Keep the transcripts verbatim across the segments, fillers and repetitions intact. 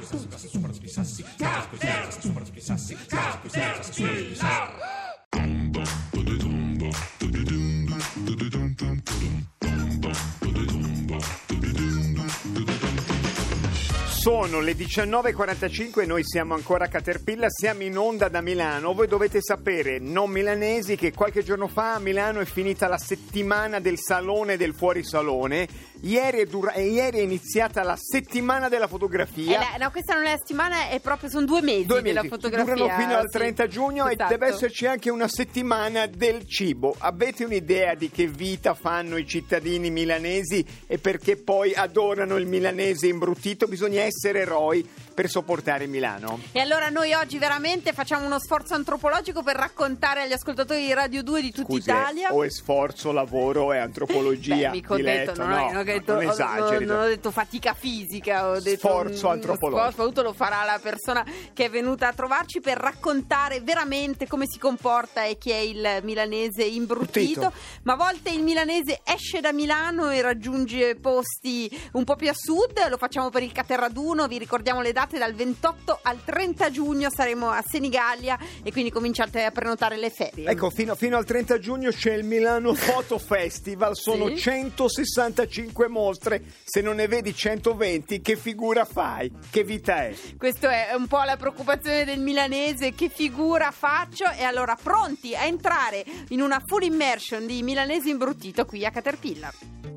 Sono le diciannove e quarantacinque e noi siamo ancora a Caterpillar, siamo in onda da Milano. Voi dovete sapere, non milanesi, che qualche giorno fa a Milano è finita la settimana del salone e del fuorisalone. Ieri è, dura- e ieri è iniziata la settimana della fotografia. Eh, la, no, questa non è la settimana, è proprio, sono due mesi, due mesi. della fotografia. Durano fino al sì. trenta giugno Esatto. E deve esserci anche una settimana del cibo. Avete un'idea di che vita fanno i cittadini milanesi e perché poi adorano il milanese imbruttito? Bisogna essere eroi per sopportare Milano. E allora noi oggi veramente facciamo uno sforzo antropologico per raccontare agli ascoltatori di Radio due di tutta Scusi, Italia. O è sforzo, lavoro e antropologia. Ho detto, diletto, non, no, ho, non, ho detto, non esageri. non, non ho detto fatica fisica, ho detto sforzo un, antropologico. Sforzo, lo farà la persona che è venuta a trovarci per raccontare veramente come si comporta e chi è il milanese imbruttito. Bruttito. Ma a volte il milanese esce da Milano e raggiunge posti un po' più a sud. Lo facciamo per il Caterraduno, vi ricordiamo le date: dal ventotto al trenta giugno saremo a Senigallia e quindi cominciate a prenotare le ferie. Ecco, fino, fino al trenta giugno c'è il Milano Photo Festival, sono Sì. centosessantacinque mostre, se non ne vedi centoventi che figura fai? Che vita è? Questa è un po' la preoccupazione del milanese: che figura faccio? E allora pronti a entrare in una full immersion di milanese imbruttito qui a Caterpillar.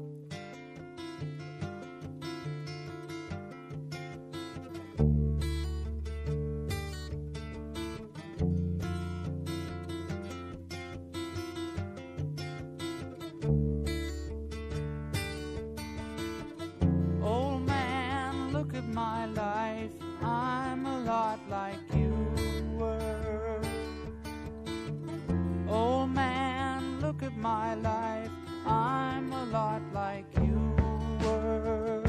Look at my life, I'm a lot like you were. Oh man, look at my life, I'm a lot like you were.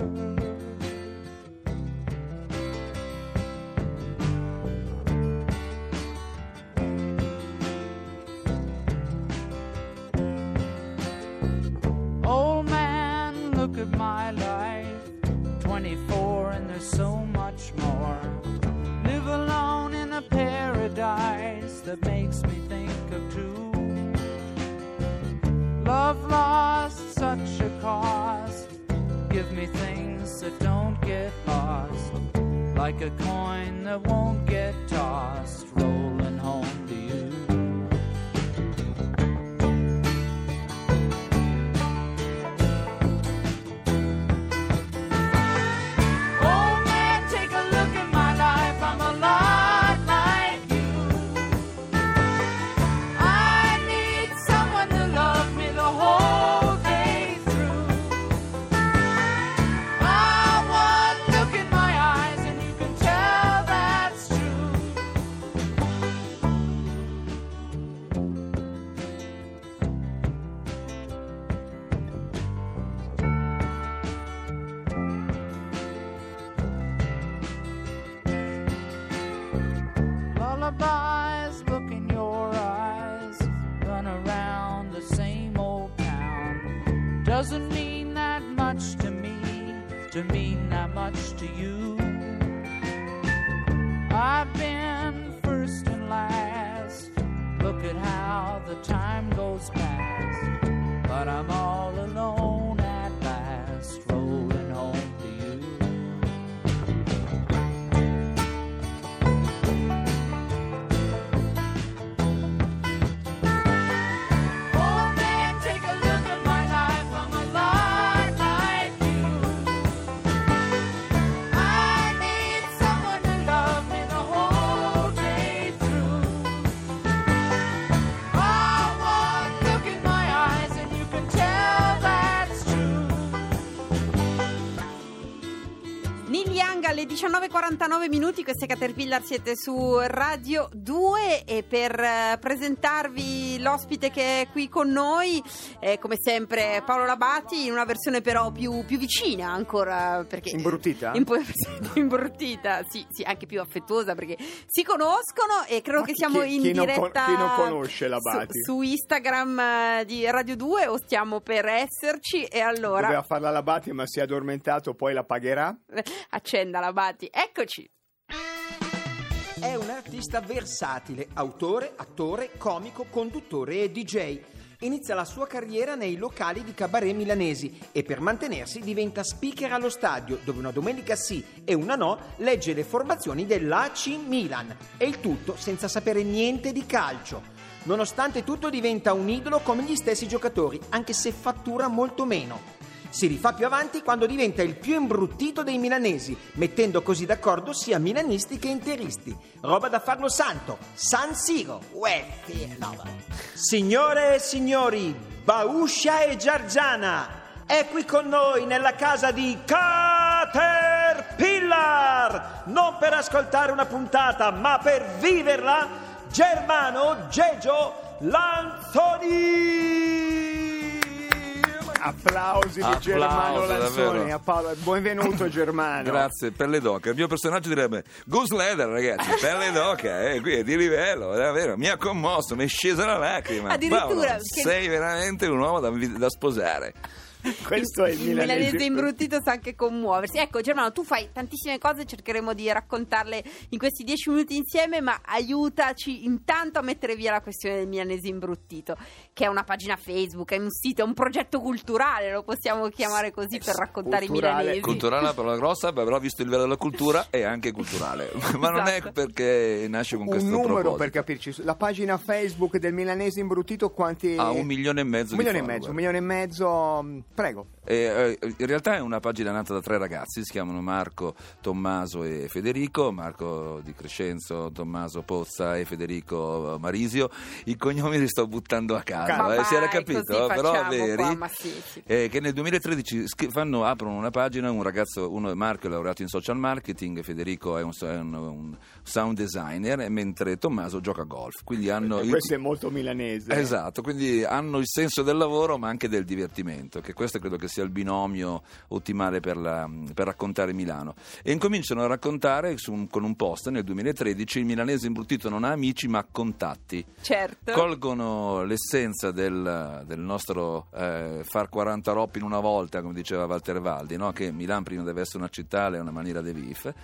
Oh man, look at my life, twenty-four and there's so much more. Live alone in a paradise that makes me think of two. Love lost, such a cost. Give me things that don't get lost, like a coin that won't get tossed, rolling home to you. Lullabies, look in your eyes, run around the same old town. Doesn't mean that much to me, to mean that much to you. I've been first and last, look at how the time goes past, but I'm all alone at last, rolling home to you. Alle diciannove e quarantanove minuti, queste Caterpillar, siete su Radio due e per uh, presentarvi l'ospite che è qui con noi, eh, come sempre Paolo Labati, in una versione però più, più vicina ancora, perché imbruttita? Imp- imbruttita, sì, sì, anche più affettuosa, perché si conoscono e credo Ma che chi, siamo chi, in chi diretta. Non con, chi non conosce Labati? Su, su Instagram uh, di Radio due, o stiamo per esserci, e allora doveva farla Labati ma si è addormentato, poi la pagherà. accenda la Abati. Eccoci. È un artista versatile, autore, attore, comico, conduttore e D J. Inizia la sua carriera nei locali di cabaret milanesi e per mantenersi diventa speaker allo stadio, dove una domenica sì e una no legge le formazioni dell'A C Milan. E il tutto senza sapere niente di calcio. Nonostante tutto diventa un idolo come gli stessi giocatori, anche se fattura molto meno. Si rifà più avanti quando diventa il più imbruttito dei milanesi, mettendo così d'accordo sia milanisti che interisti. Roba da farlo santo, San Siro. Uè, signore e signori, Bauscia e Giargiana è qui con noi nella casa di Caterpillar, non per ascoltare una puntata ma per viverla, Germano Gegio Lanzoni. Applausi di Applauso, Germano Lanzoni. davvero. Appa- Benvenuto Germano. Grazie, pelle d'oca. Il mio personaggio direbbe Goose Leather, ragazzi, pelle d'oca, eh, qui è di livello, davvero. Mi ha commosso, mi è scesa la lacrima. Addirittura, Paolo, che- sei veramente un uomo da, da sposare. Questo è il Il milanese. milanese imbruttito sa anche commuoversi. Ecco Germano, tu fai tantissime cose, cercheremo di raccontarle in questi dieci minuti insieme, ma aiutaci intanto a mettere via la questione del milanese imbruttito, che è una pagina Facebook, è un sito, è un progetto culturale, lo possiamo chiamare così per raccontare Culturale. i milanesi. Culturale è una parola grossa, però visto il livello della cultura è anche culturale. Ma non è Esatto. perché nasce con Un questo numero proposito. per capirci, la pagina Facebook del milanese imbruttito quanti... Ha un milione e mezzo un di milione e follower. mezzo, un milione e mezzo, prego. Eh, eh, in realtà è una pagina nata da tre ragazzi, si chiamano Marco, Tommaso e Federico. Marco di Crescenzo, Tommaso Pozza e Federico Marisio. I cognomi li sto buttando a caso, Ma eh, si era vai, capito, così però facciamo veri qua, ma sì, sì. eh, che nel duemilatredici sch- fanno, aprono una pagina, un ragazzo, uno Marco è laureato in social marketing, Federico è un, è un, un sound designer, mentre Tommaso gioca a golf, quindi hanno Eh, il- questo è molto milanese. Esatto, quindi hanno il senso del lavoro ma anche del divertimento, che questo credo che sia il binomio ottimale per, la, per raccontare Milano. E incominciano a raccontare su un- con un post nel duemilatredici: il milanese imbruttito non ha amici ma contatti. Certo. Colgono l'essenza del, del nostro eh, far quaranta roppi in una volta, come diceva Walter Valdi, no? Che Milano prima deve essere una città, è una maniera de vif,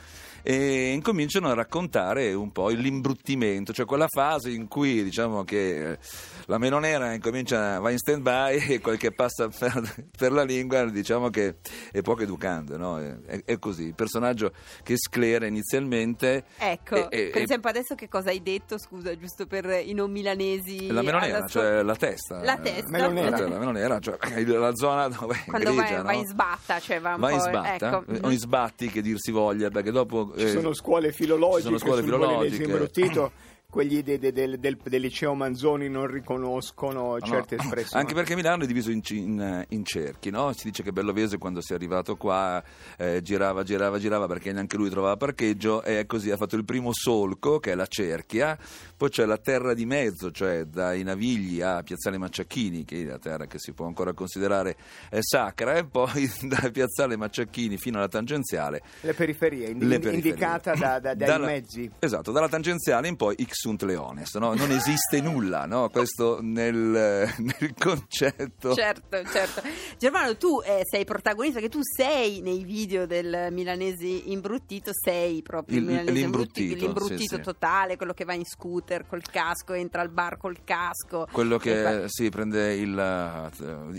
e incominciano a raccontare un po' l'imbruttimento, cioè quella fase in cui diciamo che eh, la meno nera incomincia, va in stand by e quel che passa per, per la lingua diciamo che è poco educante, no? È, è così, il personaggio che sclera inizialmente. Ecco, e- e- per e- esempio adesso che cosa hai detto, scusa, giusto per i non milanesi? La meno nera, alla sua- cioè la testa. La testa. Meno nera. La, la meno nera, cioè la zona dove Quando grigia, vai, no? vai in sbatta, cioè va un Va po', in sbatta, ecco. o in sbatti che dir si voglia, perché dopo Ci eh, sono scuole filologiche, ci sono scuole sul milanese filologiche. imbruttito. Quelli de- de- del, del, del liceo Manzoni non riconoscono no, certe espressioni. anche perché Milano è diviso in, in, in cerchi, no? Si dice che Bellovese quando si è arrivato qua eh, girava, girava, girava perché neanche lui trovava parcheggio, e così ha fatto il primo solco che è la cerchia, poi c'è la terra di mezzo, cioè dai Navigli a Piazzale Macciacchini, che è la terra che si può ancora considerare eh, sacra, e poi da Piazzale Macciacchini fino alla tangenziale Le periferie, indi- le periferie. indicata da, da- dai Dalla- mezzi. Esatto, dalla tangenziale in poi X sunt leones, no? Non esiste nulla, no? Questo nel, nel concetto. Certo, certo. Germano, tu eh, sei protagonista, che tu sei nei video del milanese imbruttito, sei proprio il, Il- milanese l'imbruttito, l'imbruttito sì, sì. totale, quello che va in scooter col casco, entra al bar col casco. Quello E che fa- sì, prende il,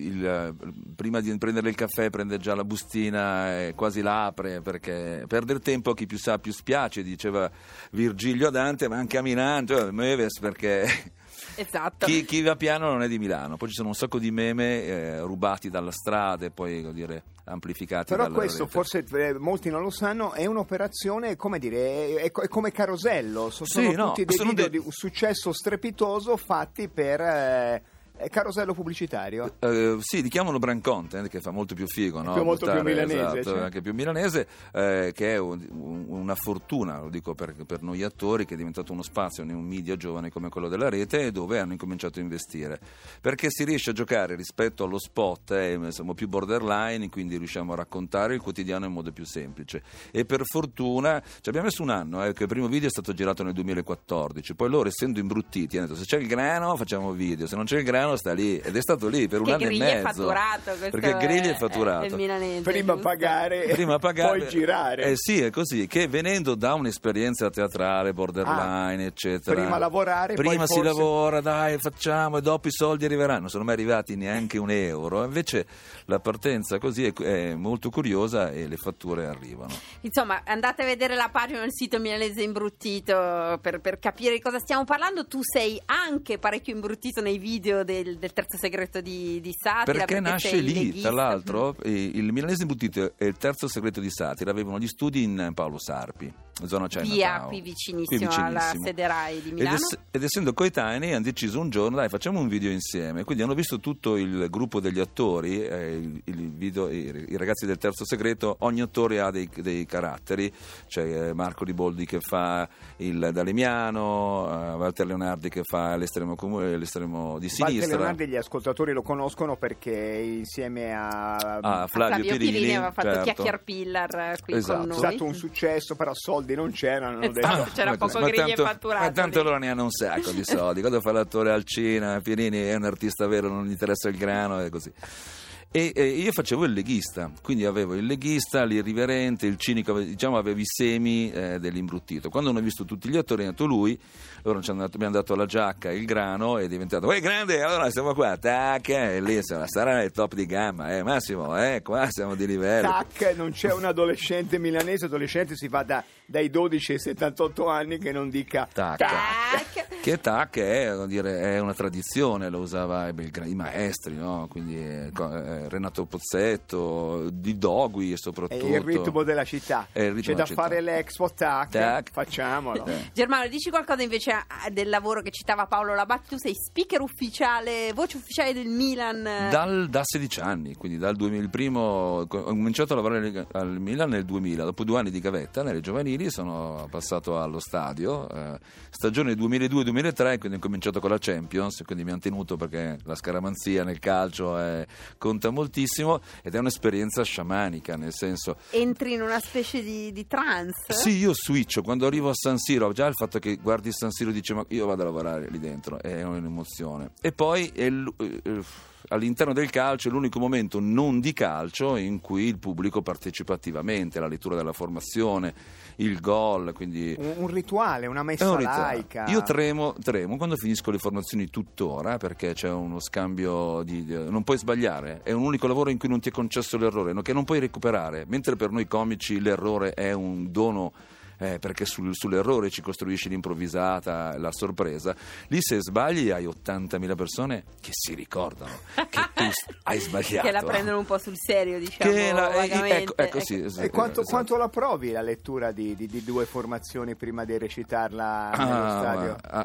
il prima di prendere il caffè prende già la bustina e quasi la apre, perché perdere tempo chi più sa più spiace, diceva Virgilio Dante, ma anche a Milano, cioè, Meves, perché Esatto. chi, chi va piano non è di Milano. Poi ci sono un sacco di meme eh, rubati dalla strada e poi, vuol dire, amplificati Però dalla questo rete. forse eh, molti non lo sanno, è un'operazione, come dire, è, è come Carosello, so- sono Sì, no, tutti dei sono video dei- di un successo strepitoso fatti per eh, carosello pubblicitario. Eh, sì, li chiamano brand content, che fa molto più figo, no? Più- molto più Buttare, milanese, esatto, cioè. anche più milanese, eh, che è un- un- una fortuna, lo dico per, per noi attori, che è diventato uno spazio in un media giovane come quello della rete, dove hanno incominciato a investire, perché si riesce a giocare rispetto allo spot, eh, siamo più borderline, quindi riusciamo a raccontare il quotidiano in modo più semplice, e per fortuna ci abbiamo messo un anno, eh, che il primo video è stato girato nel duemilaquattordici, poi loro, essendo imbruttiti, hanno detto: se c'è il grano facciamo video, se non c'è il grano Milano sta lì ed è stato lì per un che anno e Grigli mezzo. è fatturato, questo perché Grigli è è fatturato. è il milanese, Prima giusto? pagare, Prima pagare, poi girare. Eh sì, è così, che venendo da un'esperienza teatrale, borderline, Ah, eccetera. prima lavorare, Prima poi si forse... lavora, dai, facciamo, e dopo i soldi arriveranno. Non sono mai arrivati neanche un euro. Invece la partenza così è, è molto curiosa e le fatture arrivano. Insomma, andate a vedere la pagina del sito Milanese Imbruttito per, per capire di cosa stiamo parlando. Tu sei anche parecchio imbruttito nei video del, del terzo segreto di, di Satira. Perché nasce sei lì, leghista. tra l'altro, eh, il Milanese Imbruttito e il terzo segreto di Satira avevano gli studi in Paolo Sarpi, zona Chinatown. Via, qui vicinissimo, Qui alla vicinissimo. sede Rai di Ed, Milano. ess- ed essendo coetanei hanno deciso un giorno, dai, facciamo un video insieme. Quindi hanno visto tutto il gruppo degli attori, eh, il, il video, i, i ragazzi del terzo segreto. Ogni attore ha dei, dei caratteri, c'è eh, Marco Riboldi che fa il Dalemiano, eh, Walter Leonardi che fa l'estremo, comune, l'estremo di Walter sinistra. Leonardi gli ascoltatori lo conoscono perché insieme a, Ah, A Flavio, Flavio Pirini, Pirini aveva fatto certo. Chiacchier Pillar qui Esatto. con è noi. stato un successo, però soldi non c'erano, hanno detto. Esatto, c'era ma poco ma Grigli e tanto- fatturato. Ma tanto lì. loro ne hanno un sacco di soldi. Quando fa l'attore al cinema, Pirini è un artista vero, non gli interessa il grano e così. E, e io facevo il leghista, quindi avevo il leghista, l'irriverente, il cinico, diciamo avevo i semi eh, dell'imbruttito. Quando hanno visto tutti gli attori, hanno detto lui, loro ci hanno dato, mi hanno dato la giacca, il grano, è diventato, uè grande, allora siamo qua, tac, e lì sarà, sarà nel top di gamma, eh, Massimo, eh, qua siamo di livello. Tac, non c'è un adolescente milanese, adolescente si va da, dai dodici ai settantotto anni che non dica Tac. Tac. Che tac è, vuol dire, è una tradizione, lo usava eh, beh, i maestri, no? Quindi eh, co- eh, Renato Pozzetto, di Dogui è soprattutto. il ritmo della città. È il ritmo C'è da della città. fare l'Expo, tac, Tac. facciamolo. Eh. Germano, dici qualcosa invece ah, del lavoro che citava Paolo Labatti. Tu sei speaker ufficiale, voce ufficiale del Milan. Dal, da sedici anni, quindi dal duemila, il primo, ho cominciato a lavorare al Milan nel duemila, dopo due anni di gavetta nelle giovanili sono passato allo stadio, eh, stagione duemiladue duemilatré, quindi ho cominciato con la Champions, quindi mi hanno tenuto perché la scaramanzia nel calcio è, conta moltissimo ed è un'esperienza sciamanica, nel senso... Entri in una specie di, di trance. Sì, io switcho, quando arrivo a San Siro, già il fatto che guardi San Siro e dici ma io vado a lavorare lì dentro, è un'emozione. E poi è l- eh, all'interno del calcio è l'unico momento non di calcio in cui il pubblico partecipa attivamente alla lettura della formazione, il gol, quindi... Un, un rituale, una È messa un rituale. laica. Io tremo, tremo quando finisco le formazioni tuttora perché c'è uno scambio di, di- non puoi sbagliare, è un unico lavoro in cui non ti è concesso l'errore, no, che non puoi recuperare, mentre per noi comici l'errore è un dono. Eh, perché sul, sull'errore ci costruisci l'improvvisata, la sorpresa. Lì se sbagli hai ottantamila persone che si ricordano che tu hai sbagliato, Che la prendono un po' sul serio, diciamo, Che la- eh, vagamente. ecco, ecco, sì, sì, E quanto, esatto. quanto la provi la lettura di, di, di due formazioni prima di recitarla nello Ah, stadio? ma,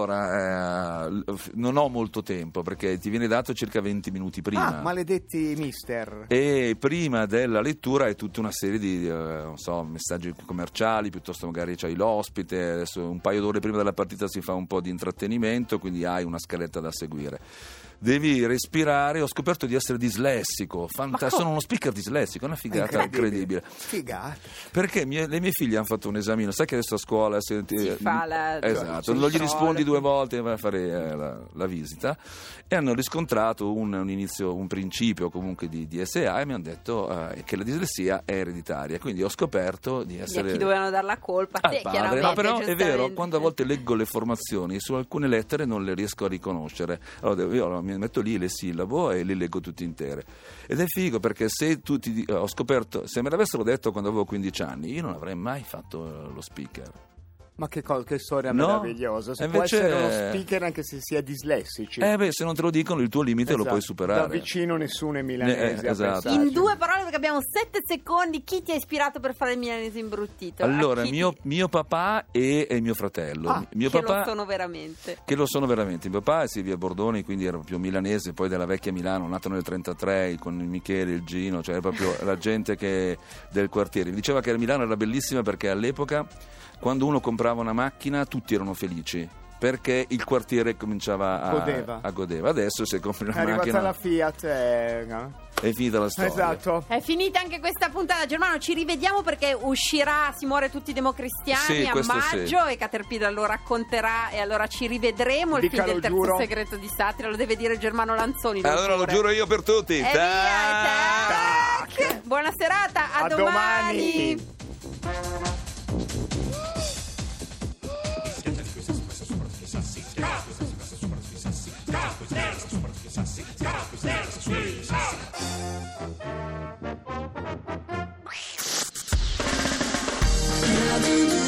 allora eh, non ho molto tempo perché ti viene dato circa venti minuti prima. Ah, maledetti mister. E prima della lettura è tutta una serie di eh, non so, messaggi commerciali, piuttosto magari c'hai l'ospite, adesso un paio d'ore prima della partita si fa un po' di intrattenimento, quindi hai una scaletta da seguire. Devi respirare, ho scoperto di essere dislessico, Fanta- sono uno speaker dislessico, è una figata incredibile. Figata. Perché mie- le mie figlie hanno fatto un esamino, sai che adesso a scuola senti- Si fa la- esatto, il non gli controllo. rispondi due volte, vai a fare eh, la, la visita e hanno riscontrato un, un inizio, un principio comunque di D S A e mi hanno detto eh, che la dislessia è ereditaria, quindi ho scoperto di E a essere chi dovevano dar la colpa? A al te, padre. chiaramente. No, però è vero, giustamente. quando a volte leggo le formazioni su alcune lettere non le riesco a riconoscere, allora devo- io mi metto lì le sillabo e le leggo tutte intere ed è figo perché se tutti di- ho scoperto, se me l'avessero detto quando avevo quindici anni io non avrei mai fatto lo speaker. Ma che, co- che storia No, meravigliosa. Si può invece- essere uno speaker anche se si è dislessici. Eh beh, se non te lo dicono il tuo limite lo Esatto. puoi superare. Da vicino nessuno è milanese. Eh, a esatto. pensarci. In due parole, perché abbiamo sette secondi, chi ti ha ispirato per fare il milanese imbruttito? A Allora, chi mio, ti- mio papà e, e mio fratello. Ah, mio che papà lo sono veramente. che lo sono veramente. Mio papà è Silvia Bordoni, quindi era proprio milanese, poi della vecchia Milano, nato nel trentatré con il Michele, il Gino, cioè era proprio la gente che del quartiere. Mi diceva che Milano era bellissima perché all'epoca quando uno comprava una macchina tutti erano felici. perché il quartiere cominciava a Godeva. a godeva. Adesso se compri È una arrivata macchina la Fiat e... no? è finita la storia. Esatto. È finita anche questa puntata, Germano. Ci rivediamo perché uscirà Si muore tutti i democristiani Sì, a questo maggio sì. e Caterpillar lo racconterà e allora ci rivedremo. Il Dica, film del lo terzo giuro. segreto di Satira lo deve dire Germano Lanzoni. lo Allora lo giura. giuro io per tutti. E via, Tac! tac! Buona serata, a, A domani. domani. La